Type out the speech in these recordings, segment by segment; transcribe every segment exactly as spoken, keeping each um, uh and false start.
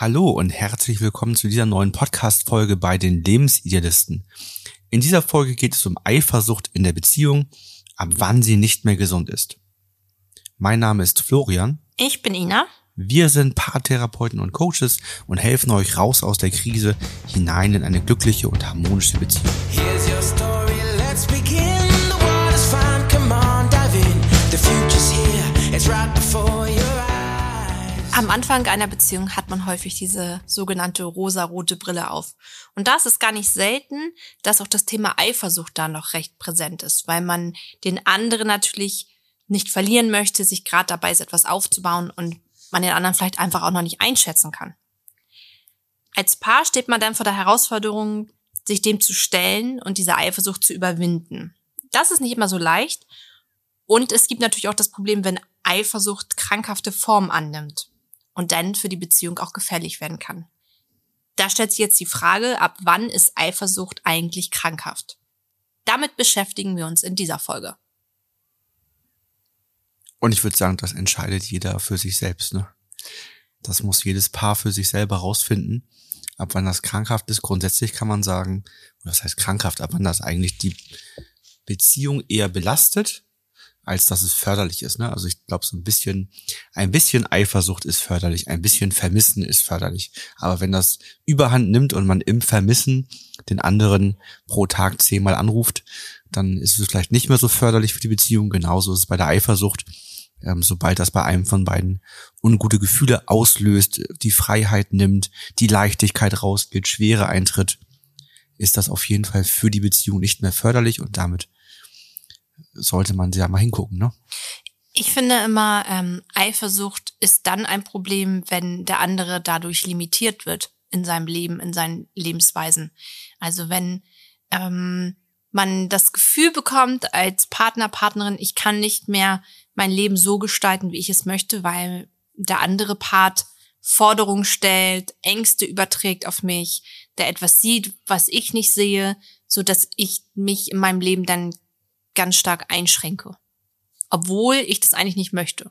Hallo und herzlich willkommen zu dieser neuen Podcast-Folge bei den Lebensidealisten. In dieser Folge geht es um Eifersucht in der Beziehung, ab wann sie nicht mehr gesund ist. Mein Name ist Florian. Ich bin Ina. Wir sind Paartherapeuten und Coaches und helfen euch raus aus der Krise hinein in eine glückliche und harmonische Beziehung. Here's your story, let's begin. The world is fine, come on, dive in. The future's here, it's right before your eyes. Am Anfang einer Beziehung hat man häufig diese sogenannte rosarote Brille auf. Und da ist es gar nicht selten, dass auch das Thema Eifersucht da noch recht präsent ist, weil man den anderen natürlich nicht verlieren möchte, sich gerade dabei ist, etwas aufzubauen und man den anderen vielleicht einfach auch noch nicht einschätzen kann. Als Paar steht man dann vor der Herausforderung, sich dem zu stellen und diese Eifersucht zu überwinden. Das ist nicht immer so leicht. Und es gibt natürlich auch das Problem, wenn Eifersucht krankhafte Form annimmt und dann für die Beziehung auch gefährlich werden kann. Da stellt sich jetzt die Frage, ab wann ist Eifersucht eigentlich krankhaft? Damit beschäftigen wir uns in dieser Folge. Und ich würde sagen, das entscheidet jeder für sich selbst, ne? Das muss jedes Paar für sich selber rausfinden, ab wann das krankhaft ist. Grundsätzlich kann man sagen, was heißt krankhaft, ab wann das eigentlich die Beziehung eher belastet, als dass es förderlich ist, ne? Also ich glaube, so ein bisschen, ein bisschen Eifersucht ist förderlich, ein bisschen Vermissen ist förderlich. Aber wenn das Überhand nimmt und man im Vermissen den anderen pro Tag zehnmal anruft, dann ist es vielleicht nicht mehr so förderlich für die Beziehung. Genauso ist es bei der Eifersucht. Ähm, sobald das bei einem von beiden ungute Gefühle auslöst, die Freiheit nimmt, die Leichtigkeit rausgeht, Schwere eintritt, ist das auf jeden Fall für die Beziehung nicht mehr förderlich und damit sollte man ja mal hingucken, ne? Ich finde immer, ähm, Eifersucht ist dann ein Problem, wenn der andere dadurch limitiert wird in seinem Leben, in seinen Lebensweisen. Also wenn ähm, man das Gefühl bekommt als Partner, Partnerin, ich kann nicht mehr mein Leben so gestalten, wie ich es möchte, weil der andere Part Forderungen stellt, Ängste überträgt auf mich, der etwas sieht, was ich nicht sehe, so dass ich mich in meinem Leben dann ganz stark einschränke, obwohl ich das eigentlich nicht möchte.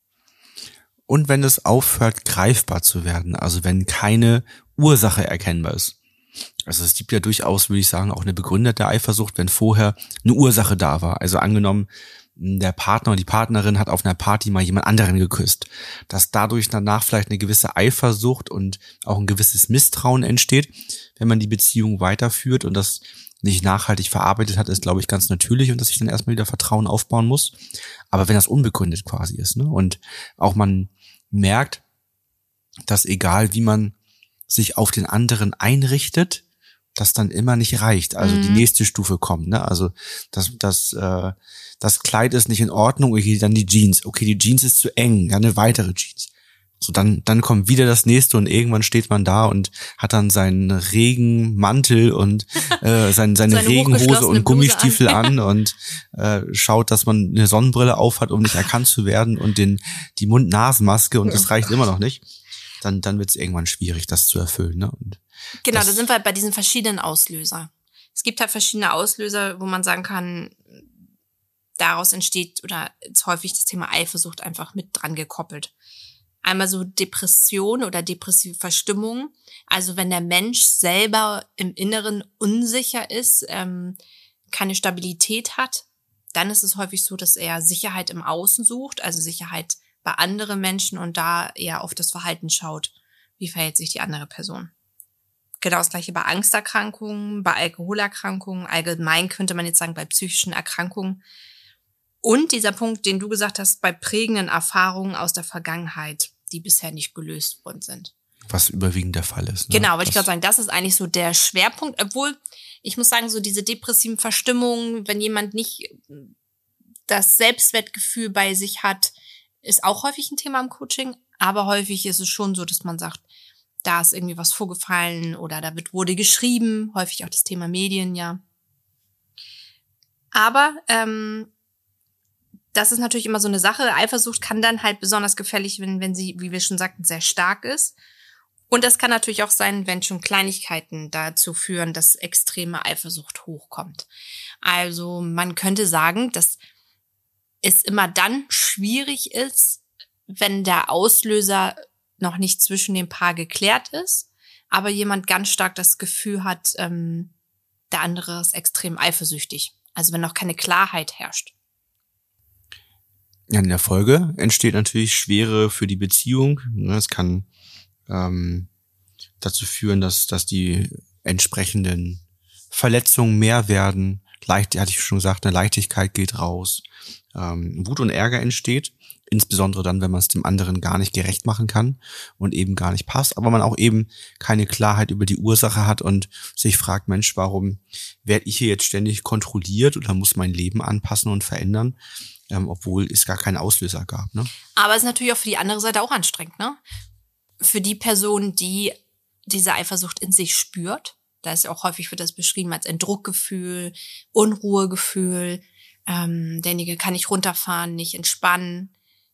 Und wenn es aufhört, greifbar zu werden, also wenn keine Ursache erkennbar ist. Also es gibt ja durchaus, würde ich sagen, auch eine begründete Eifersucht, wenn vorher eine Ursache da war. Also angenommen, der Partner oder die Partnerin hat auf einer Party mal jemand anderen geküsst, dass dadurch danach vielleicht eine gewisse Eifersucht und auch ein gewisses Misstrauen entsteht, wenn man die Beziehung weiterführt und das nicht nachhaltig verarbeitet hat, ist, glaube ich, ganz natürlich und dass ich dann erstmal wieder Vertrauen aufbauen muss. Aber wenn das unbegründet quasi ist, ne, und auch man merkt, dass egal wie man sich auf den anderen einrichtet, das dann immer nicht reicht. Also mhm. die nächste Stufe kommt, ne? Also das, das, äh, das Kleid ist nicht in Ordnung, okay, dann die Jeans. Okay, die Jeans ist zu eng, dann eine weitere Jeans. So, dann, dann kommt wieder das nächste und irgendwann steht man da und hat dann seinen Regenmantel und äh, sein, seine, seine Regenhose und Gummistiefel an, an und äh, schaut, dass man eine Sonnenbrille aufhat, um nicht erkannt zu werden und den die Mund-Nasen-Maske und das reicht immer noch nicht. Dann, dann wird es irgendwann schwierig, das zu erfüllen, ne? Und genau, da sind wir bei diesen verschiedenen Auslöser. Es gibt halt verschiedene Auslöser, wo man sagen kann, daraus entsteht oder ist häufig das Thema Eifersucht einfach mit dran gekoppelt. Einmal so Depression oder depressive Verstimmung. Also wenn der Mensch selber im Inneren unsicher ist, ähm, keine Stabilität hat, dann ist es häufig so, dass er Sicherheit im Außen sucht, also Sicherheit bei anderen Menschen und da eher auf das Verhalten schaut. Wie verhält sich die andere Person? Genau das gleiche bei Angsterkrankungen, bei Alkoholerkrankungen, allgemein könnte man jetzt sagen bei psychischen Erkrankungen. Und dieser Punkt, den du gesagt hast, bei prägenden Erfahrungen aus der Vergangenheit, die bisher nicht gelöst worden sind. Was überwiegend der Fall ist. Ne? Genau, wollte ich gerade sagen, das ist eigentlich so der Schwerpunkt. Obwohl, ich muss sagen, so diese depressiven Verstimmungen, wenn jemand nicht das Selbstwertgefühl bei sich hat, ist auch häufig ein Thema im Coaching. Aber häufig ist es schon so, dass man sagt, da ist irgendwie was vorgefallen oder da wird wurde geschrieben. Häufig auch das Thema Medien, ja. Aber ähm, das ist natürlich immer so eine Sache. Eifersucht kann dann halt besonders gefährlich werden, wenn sie, wie wir schon sagten, sehr stark ist. Und das kann natürlich auch sein, wenn schon Kleinigkeiten dazu führen, dass extreme Eifersucht hochkommt. Also man könnte sagen, dass es immer dann schwierig ist, wenn der Auslöser noch nicht zwischen dem Paar geklärt ist, aber jemand ganz stark das Gefühl hat, ähm, der andere ist extrem eifersüchtig. Also wenn noch keine Klarheit herrscht. Ja, in der Folge entsteht natürlich Schwere für die Beziehung. Es kann ähm, dazu führen, dass, dass die entsprechenden Verletzungen mehr werden. Leicht, hatte ich schon gesagt, eine Leichtigkeit geht raus. Ähm, Wut und Ärger entsteht. Insbesondere dann, wenn man es dem anderen gar nicht gerecht machen kann und eben gar nicht passt, aber man auch eben keine Klarheit über die Ursache hat und sich fragt, Mensch, warum werde ich hier jetzt ständig kontrolliert oder muss mein Leben anpassen und verändern, ähm, obwohl es gar keinen Auslöser gab. Ne? Aber es ist natürlich auch für die andere Seite auch anstrengend, ne? Für die Person, die diese Eifersucht in sich spürt, da ist ja auch häufig, wird das beschrieben als ein Druckgefühl, Unruhegefühl, ähm, derjenige kann nicht runterfahren, nicht entspannen.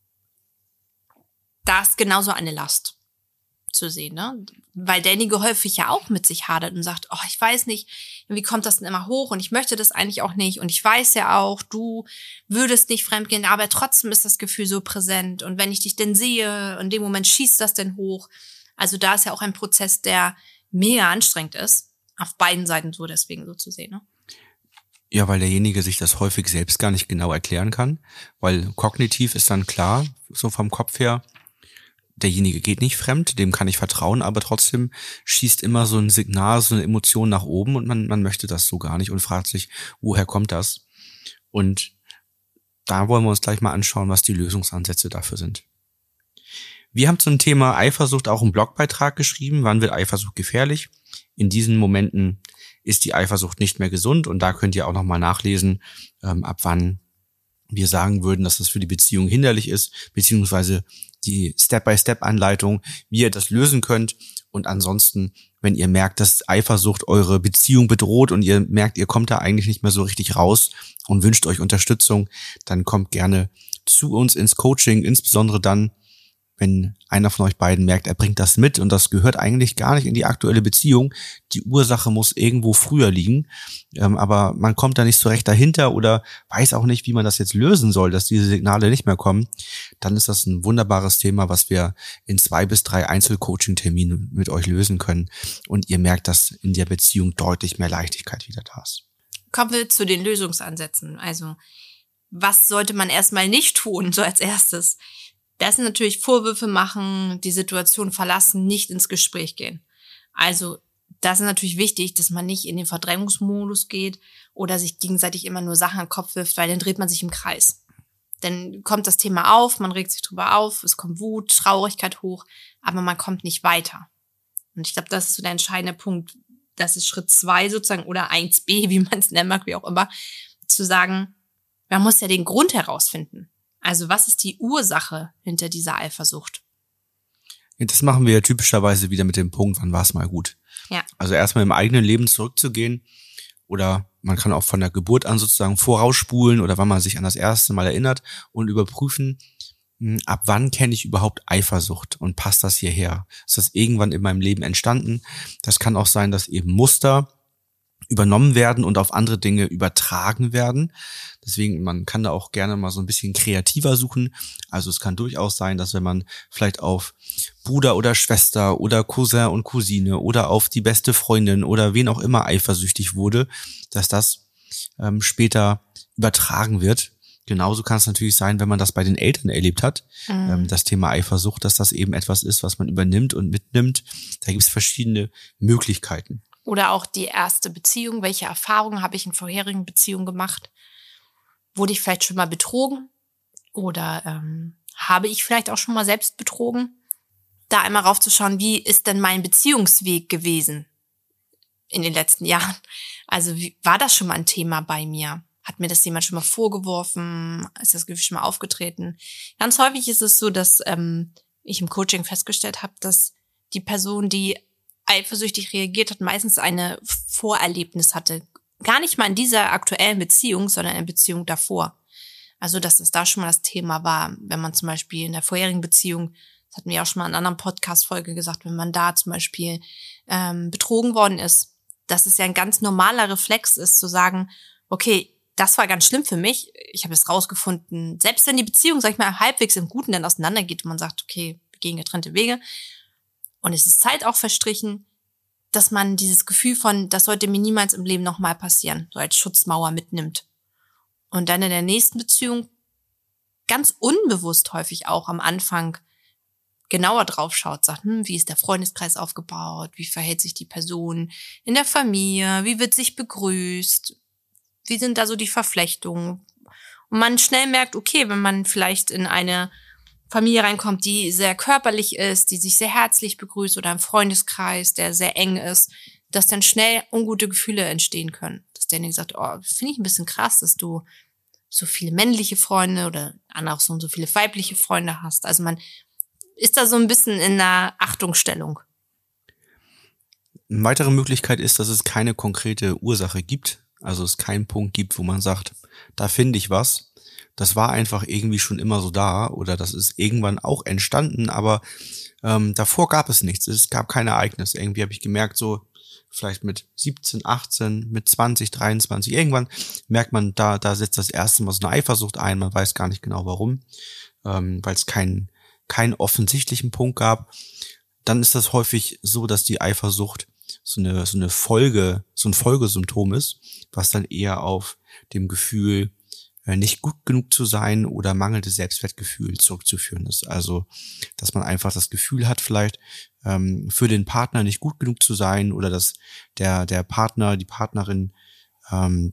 Da ist genauso eine Last zu sehen, ne? Weil derjenige häufig ja auch mit sich hadert und sagt, oh, ich weiß nicht, wie kommt das denn immer hoch und ich möchte das eigentlich auch nicht und ich weiß ja auch, du würdest nicht fremdgehen, aber trotzdem ist das Gefühl so präsent und wenn ich dich denn sehe, in dem Moment schießt das denn hoch. Also da ist ja auch ein Prozess, der mega anstrengend ist, auf beiden Seiten so deswegen so zu sehen, ne? Ja, weil derjenige sich das häufig selbst gar nicht genau erklären kann, weil kognitiv ist dann klar, so vom Kopf her, derjenige geht nicht fremd, dem kann ich vertrauen, aber trotzdem schießt immer so ein Signal, so eine Emotion nach oben und man, man möchte das so gar nicht und fragt sich, woher kommt das? Und da wollen wir uns gleich mal anschauen, was die Lösungsansätze dafür sind. Wir haben zum Thema Eifersucht auch einen Blogbeitrag geschrieben, wann wird Eifersucht gefährlich? In diesen Momenten ist die Eifersucht nicht mehr gesund und da könnt ihr auch nochmal nachlesen, ähm, ab wann wir sagen würden, dass das für die Beziehung hinderlich ist, beziehungsweise die Step-by-Step-Anleitung, wie ihr das lösen könnt. Und ansonsten, wenn ihr merkt, dass Eifersucht eure Beziehung bedroht und ihr merkt, ihr kommt da eigentlich nicht mehr so richtig raus und wünscht euch Unterstützung, dann kommt gerne zu uns ins Coaching, insbesondere dann, wenn einer von euch beiden merkt, er bringt das mit und das gehört eigentlich gar nicht in die aktuelle Beziehung. Die Ursache muss irgendwo früher liegen, ähm, aber man kommt da nicht so recht dahinter oder weiß auch nicht, wie man das jetzt lösen soll, dass diese Signale nicht mehr kommen. Dann ist das ein wunderbares Thema, was wir in zwei bis drei Einzelcoaching-Terminen mit euch lösen können und ihr merkt, dass in der Beziehung deutlich mehr Leichtigkeit wieder da ist. Kommen wir zu den Lösungsansätzen. Also, was sollte man erstmal nicht tun, so als erstes? Das sind natürlich Vorwürfe machen, die Situation verlassen, nicht ins Gespräch gehen. Also das ist natürlich wichtig, dass man nicht in den Verdrängungsmodus geht oder sich gegenseitig immer nur Sachen an den Kopf wirft, weil dann dreht man sich im Kreis. Dann kommt das Thema auf, man regt sich drüber auf, es kommt Wut, Traurigkeit hoch, aber man kommt nicht weiter. Und ich glaube, das ist so der entscheidende Punkt. Das ist Schritt zwei sozusagen oder eins b, wie man es nennen mag, wie auch immer, zu sagen, man muss ja den Grund herausfinden. Also was ist die Ursache hinter dieser Eifersucht? Ja, das machen wir ja typischerweise wieder mit dem Punkt, wann war es mal gut. Ja. Also erstmal im eigenen Leben zurückzugehen oder man kann auch von der Geburt an sozusagen vorausspulen oder wann man sich an das erste Mal erinnert und überprüfen, ab wann kenne ich überhaupt Eifersucht und passt das hierher? Ist das irgendwann in meinem Leben entstanden? Das kann auch sein, dass eben Muster übernommen werden und auf andere Dinge übertragen werden. Deswegen, man kann da auch gerne mal so ein bisschen kreativer suchen. Also es kann durchaus sein, dass wenn man vielleicht auf Bruder oder Schwester oder Cousin und Cousine oder auf die beste Freundin oder wen auch immer eifersüchtig wurde, dass das ähm, später übertragen wird. Genauso kann es natürlich sein, wenn man das bei den Eltern erlebt hat, mhm. ähm, das Thema Eifersucht, dass das eben etwas ist, was man übernimmt und mitnimmt. Da gibt es verschiedene Möglichkeiten. Oder auch die erste Beziehung. Welche Erfahrungen habe ich in vorherigen Beziehungen gemacht? Wurde ich vielleicht schon mal betrogen? Oder ähm, habe ich vielleicht auch schon mal selbst betrogen? Da einmal raufzuschauen, wie ist denn mein Beziehungsweg gewesen in den letzten Jahren? Also wie, war das schon mal ein Thema bei mir? Hat mir das jemand schon mal vorgeworfen? Ist das Gefühl schon mal aufgetreten? Ganz häufig ist es so, dass ähm, ich im Coaching festgestellt habe, dass die Person, die eifersüchtig reagiert hat, meistens eine Vorerlebnis hatte. Gar nicht mal in dieser aktuellen Beziehung, sondern in der Beziehung davor. Also, dass es da schon mal das Thema war, wenn man zum Beispiel in der vorherigen Beziehung, das hatten wir auch schon mal in einer anderen Podcast-Folge gesagt, wenn man da zum Beispiel ähm, betrogen worden ist, dass es ja ein ganz normaler Reflex ist, zu sagen, okay, das war ganz schlimm für mich, ich habe es rausgefunden, selbst wenn die Beziehung, sag ich mal, halbwegs im Guten dann auseinandergeht und man sagt, okay, gehen getrennte Wege. Und es ist Zeit auch verstrichen, dass man dieses Gefühl von, das sollte mir niemals im Leben nochmal passieren, so als Schutzmauer mitnimmt. Und dann in der nächsten Beziehung ganz unbewusst häufig auch am Anfang genauer drauf schaut, sagt, hm, wie ist der Freundeskreis aufgebaut, wie verhält sich die Person in der Familie, wie wird sich begrüßt, wie sind da so die Verflechtungen. Und man schnell merkt, okay, wenn man vielleicht in eine Familie reinkommt, die sehr körperlich ist, die sich sehr herzlich begrüßt oder ein Freundeskreis, der sehr eng ist, dass dann schnell ungute Gefühle entstehen können. Dass derjenige sagt, oh, finde ich ein bisschen krass, dass du so viele männliche Freunde oder andere so, so viele weibliche Freunde hast. Also man ist da so ein bisschen in einer Achtungsstellung. Eine weitere Möglichkeit ist, dass es keine konkrete Ursache gibt. Also es keinen Punkt gibt, wo man sagt, da finde ich was. Das war einfach irgendwie schon immer so da oder das ist irgendwann auch entstanden, aber ähm, davor gab es nichts. Es gab kein Ereignis. Irgendwie habe ich gemerkt, so vielleicht mit siebzehn, achtzehn, mit zwanzig, dreiundzwanzig, irgendwann merkt man, da da setzt das erste Mal so eine Eifersucht ein. Man weiß gar nicht genau warum, ähm, weil es keinen keinen offensichtlichen Punkt gab. Dann ist das häufig so, dass die Eifersucht so eine so eine Folge, so ein Folgesymptom ist, was dann eher auf dem Gefühl, nicht gut genug zu sein oder mangelndes Selbstwertgefühl zurückzuführen ist. Also, dass man einfach das Gefühl hat, vielleicht ähm, für den Partner nicht gut genug zu sein oder dass der der Partner, die Partnerin ähm,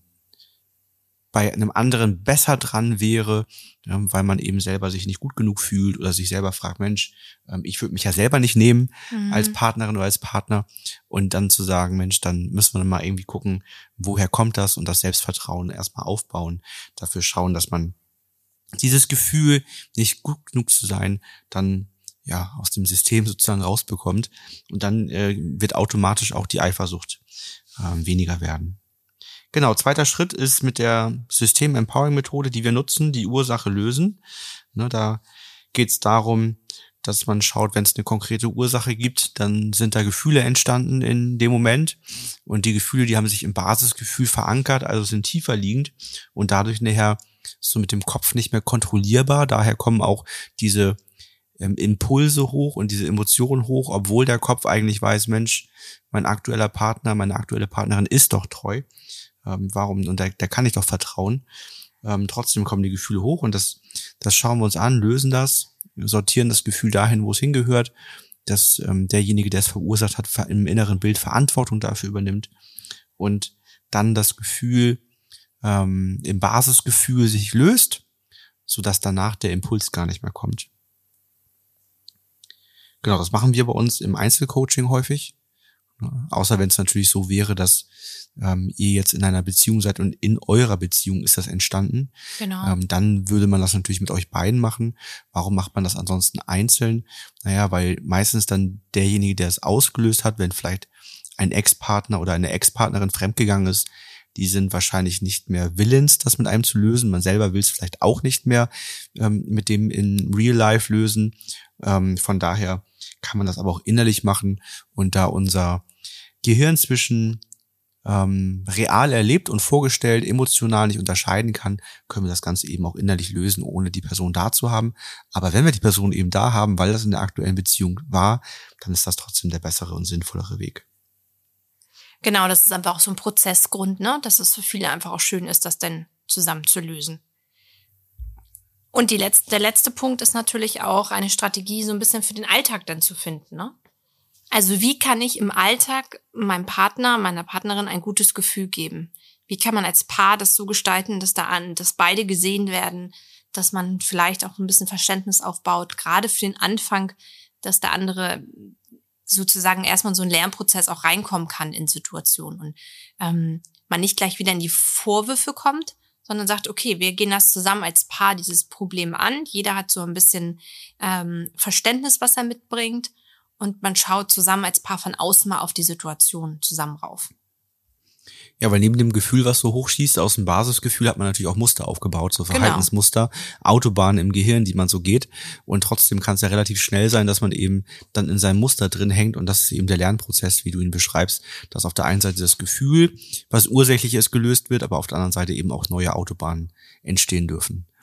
bei einem anderen besser dran wäre, ja, weil man eben selber sich nicht gut genug fühlt oder sich selber fragt, Mensch, ähm, ich würde mich ja selber nicht nehmen mhm. als Partnerin oder als Partner und dann zu sagen, Mensch, dann müssen wir dann mal irgendwie gucken, woher kommt das und das Selbstvertrauen erstmal aufbauen, dafür schauen, dass man dieses Gefühl, nicht gut genug zu sein, dann ja aus dem System sozusagen rausbekommt und dann äh, wird automatisch auch die Eifersucht äh, weniger werden. Genau, zweiter Schritt ist mit der System-Empowering-Methode, die wir nutzen, die Ursache lösen. Ne, da geht es darum, dass man schaut, wenn es eine konkrete Ursache gibt, dann sind da Gefühle entstanden in dem Moment. Und die Gefühle, die haben sich im Basisgefühl verankert, also sind tiefer liegend und dadurch nachher so mit dem Kopf nicht mehr kontrollierbar. Daher kommen auch diese ähm, Impulse hoch und diese Emotionen hoch, obwohl der Kopf eigentlich weiß, Mensch, mein aktueller Partner, meine aktuelle Partnerin ist doch treu. Ähm, warum? Und da, da kann ich doch vertrauen. Ähm, trotzdem kommen die Gefühle hoch und das, das schauen wir uns an, lösen das, sortieren das Gefühl dahin, wo es hingehört, dass ähm, derjenige, der es verursacht hat, im inneren Bild Verantwortung dafür übernimmt und dann das Gefühl ähm, im Basisgefühl sich löst, sodass danach der Impuls gar nicht mehr kommt. Genau, das machen wir bei uns im Einzelcoaching häufig. Außer wenn es natürlich so wäre, dass ähm, ihr jetzt in einer Beziehung seid und in eurer Beziehung ist das entstanden. Genau. Ähm, dann würde man das natürlich mit euch beiden machen. Warum macht man das ansonsten einzeln? Naja, weil meistens dann derjenige, der es ausgelöst hat, wenn vielleicht ein Ex-Partner oder eine Ex-Partnerin fremdgegangen ist, die sind wahrscheinlich nicht mehr willens, das mit einem zu lösen. Man selber will es vielleicht auch nicht mehr ähm, mit dem in Real Life lösen. Ähm, von daher kann man das aber auch innerlich machen und da unser Gehirn zwischen ähm, real erlebt und vorgestellt, emotional nicht unterscheiden kann, können wir das Ganze eben auch innerlich lösen, ohne die Person da zu haben. Aber wenn wir die Person eben da haben, weil das in der aktuellen Beziehung war, dann ist das trotzdem der bessere und sinnvollere Weg. Genau, das ist einfach auch so ein Prozessgrund, ne, dass es für viele einfach auch schön ist, das dann zusammen zu lösen. Und die letzte, der letzte Punkt ist natürlich auch eine Strategie, so ein bisschen für den Alltag dann zu finden, ne? Also wie kann ich im Alltag meinem Partner, meiner Partnerin ein gutes Gefühl geben? Wie kann man als Paar das so gestalten, dass da an, dass beide gesehen werden, dass man vielleicht auch ein bisschen Verständnis aufbaut, gerade für den Anfang, dass der andere sozusagen erstmal in so einen Lernprozess auch reinkommen kann in Situationen und ähm, man nicht gleich wieder in die Vorwürfe kommt, sondern sagt, okay, wir gehen das zusammen als Paar, dieses Problem an. Jeder hat so ein bisschen ähm, Verständnis, was er mitbringt. Und man schaut zusammen als Paar von außen mal auf die Situation zusammen rauf. Ja, weil neben dem Gefühl, was so hochschießt, aus dem Basisgefühl hat man natürlich auch Muster aufgebaut, so Verhaltensmuster, genau. Autobahnen im Gehirn, die man so geht. Und trotzdem kann es ja relativ schnell sein, dass man eben dann in seinem Muster drin hängt. Und das ist eben der Lernprozess, wie du ihn beschreibst, dass auf der einen Seite das Gefühl, was ursächlich ist, gelöst wird, aber auf der anderen Seite eben auch neue Autobahnen entstehen dürfen.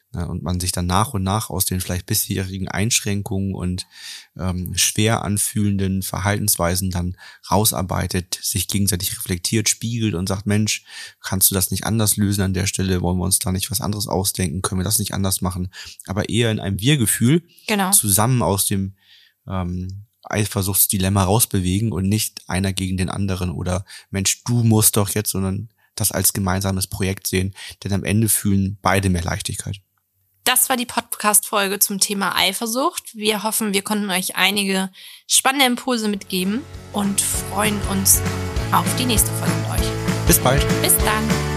Ja, und man sich dann nach und nach aus den vielleicht bisherigen Einschränkungen und ähm, schwer anfühlenden Verhaltensweisen dann rausarbeitet, sich gegenseitig reflektiert, spiegelt und sagt, Mensch, kannst du das nicht anders lösen an der Stelle? Wollen wir uns da nicht was anderes ausdenken? Können wir das nicht anders machen? Aber eher in einem Wir-Gefühl Genau. zusammen aus dem ähm, Eifersuchtsdilemma rausbewegen und nicht einer gegen den anderen oder Mensch, du musst doch jetzt, sondern das als gemeinsames Projekt sehen, denn am Ende fühlen beide mehr Leichtigkeit. Das war die Podcast-Folge zum Thema Eifersucht. Wir hoffen, wir konnten euch einige spannende Impulse mitgeben und freuen uns auf die nächste Folge mit euch. Bis bald. Bis dann.